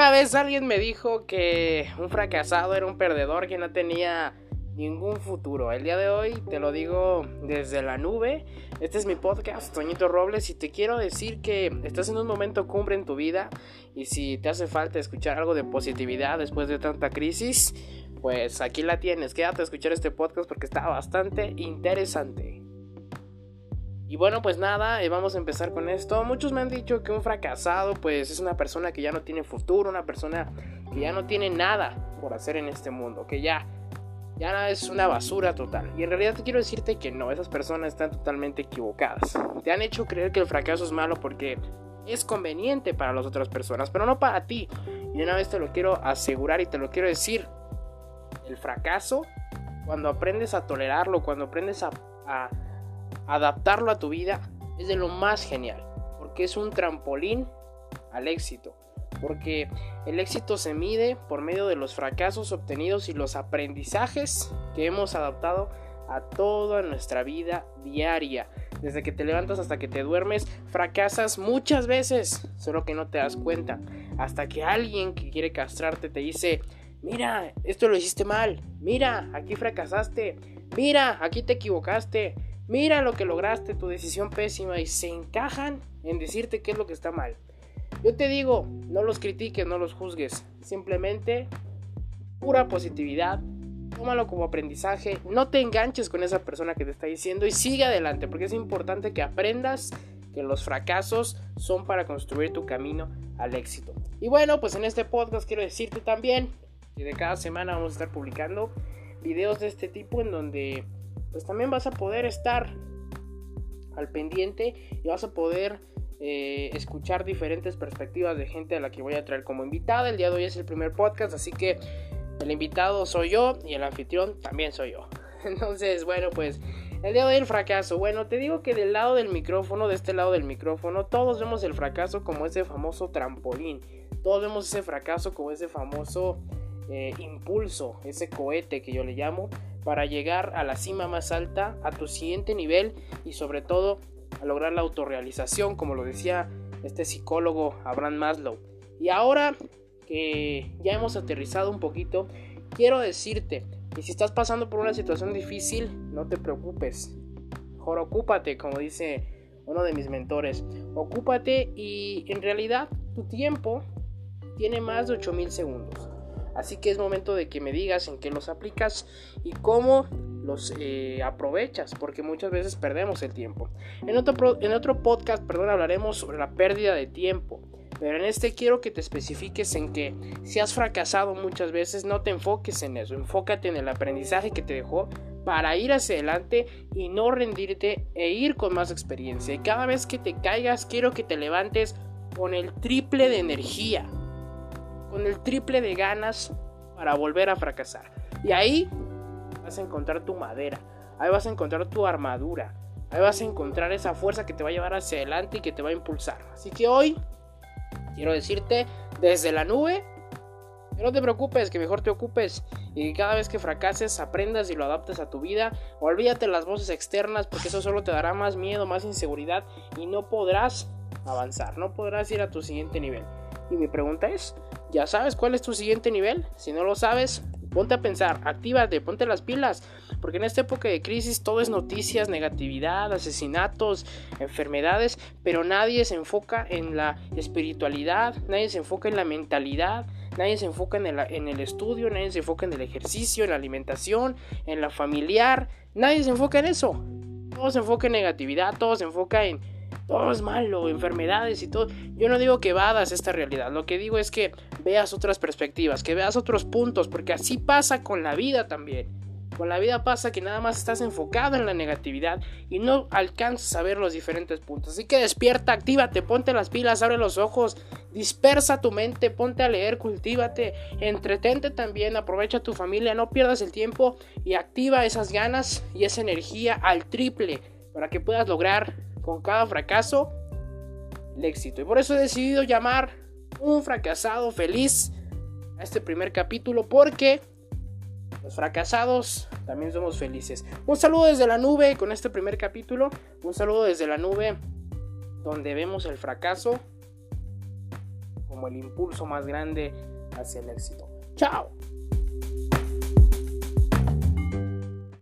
Una vez alguien me dijo que un fracasado era un perdedor que no tenía ningún futuro. El día de hoy te lo digo desde la nube. Este es mi podcast, Toñito Robles, y te quiero decir que estás en un momento cumbre en tu vida, y si te hace falta escuchar algo de positividad después de tanta crisis, pues aquí la tienes. Quédate a escuchar este podcast porque está bastante interesante. Y bueno, pues nada, vamos a empezar con esto. Muchos me han dicho que un fracasado pues es una persona que ya no tiene futuro, una persona que ya no tiene nada por hacer en este mundo, que ya es una basura total. Y en realidad quiero decirte que no, esas personas están totalmente equivocadas. Te han hecho creer que el fracaso es malo porque es conveniente para las otras personas, pero no para ti. Y de una vez te lo quiero asegurar y te lo quiero decir. El fracaso, cuando aprendes a tolerarlo, cuando aprendes a adaptarlo a tu vida, es de lo más genial, porque es un trampolín al éxito, porque el éxito se mide por medio de los fracasos obtenidos y los aprendizajes que hemos adaptado a toda nuestra vida diaria. Desde que te levantas hasta que te duermes, fracasas muchas veces, solo que no te das cuenta, hasta que alguien que quiere castrarte te dice: mira, esto lo hiciste mal, mira, aquí fracasaste, mira, aquí te equivocaste, mira lo que lograste, tu decisión pésima, y se encajan en decirte qué es lo que está mal. Yo te digo, no los critiques, no los juzgues, simplemente pura positividad, tómalo como aprendizaje, no te enganches con esa persona que te está diciendo y sigue adelante, porque es importante que aprendas que los fracasos son para construir tu camino al éxito. Y bueno, pues en este podcast quiero decirte también que de cada semana vamos a estar publicando videos de este tipo en donde pues también vas a poder estar al pendiente y vas a poder escuchar diferentes perspectivas de gente a la que voy a traer como invitada. El día de hoy es el primer podcast, así que el invitado soy yo y el anfitrión también soy yo. Entonces, bueno, pues el día de hoy el fracaso. Bueno, te digo que del lado del micrófono, de este lado del micrófono, todos vemos el fracaso como ese famoso trampolín. Todos vemos ese fracaso como ese famoso impulso, ese cohete que yo le llamo, para llegar a la cima más alta, a tu siguiente nivel y sobre todo a lograr la autorrealización, como lo decía este psicólogo Abraham Maslow. Y ahora que ya hemos aterrizado un poquito, quiero decirte que si estás pasando por una situación difícil, no te preocupes, mejor ocúpate, como dice uno de mis mentores, ocúpate, y en realidad tu tiempo tiene más de 8000 segundos. Así que es momento de que me digas en qué los aplicas y cómo los aprovechas, porque muchas veces perdemos el tiempo. En otro podcast, hablaremos sobre la pérdida de tiempo. Pero en este quiero que te especifiques en que si has fracasado muchas veces, no te enfoques en eso. Enfócate en el aprendizaje que te dejó para ir hacia adelante y no rendirte e ir con más experiencia. Y cada vez que te caigas, quiero que te levantes con el triple de energía, con el triple de ganas para volver a fracasar. Y ahí vas a encontrar tu madera, ahí vas a encontrar tu armadura, ahí vas a encontrar esa fuerza que te va a llevar hacia adelante y que te va a impulsar. Así que hoy quiero decirte desde la nube que no te preocupes, que mejor te ocupes, y que cada vez que fracases aprendas y lo adaptes a tu vida. Olvídate las voces externas, porque eso solo te dará más miedo, más inseguridad, y no podrás avanzar, no podrás ir a tu siguiente nivel. Y mi pregunta es, ¿ya sabes cuál es tu siguiente nivel? Si no lo sabes, ponte a pensar, actívate, ponte las pilas, porque en esta época de crisis todo es noticias, negatividad, asesinatos, enfermedades, pero nadie se enfoca en la espiritualidad, nadie se enfoca en la mentalidad, nadie se enfoca en el estudio, nadie se enfoca en el ejercicio, en la alimentación, en la familiar, nadie se enfoca en eso. Todo se enfoca en negatividad, todo se enfoca en todo es malo, enfermedades y todo. Yo no digo que evadas esta realidad, lo que digo es que veas otras perspectivas, que veas otros puntos, porque así pasa con la vida también. Con la vida pasa que nada más estás enfocado en la negatividad y no alcanzas a ver los diferentes puntos. Así que despierta, actívate, ponte las pilas, abre los ojos, dispersa tu mente, ponte a leer, cultívate, entretente también, aprovecha tu familia, no pierdas el tiempo y activa esas ganas y esa energía al triple para que puedas lograr con cada fracaso el éxito. Y por eso he decidido llamar un fracasado feliz a este primer capítulo, porque los fracasados también somos felices. Un saludo desde la nube con este primer capítulo. Un saludo desde la nube donde vemos el fracaso como el impulso más grande hacia el éxito. ¡Chao!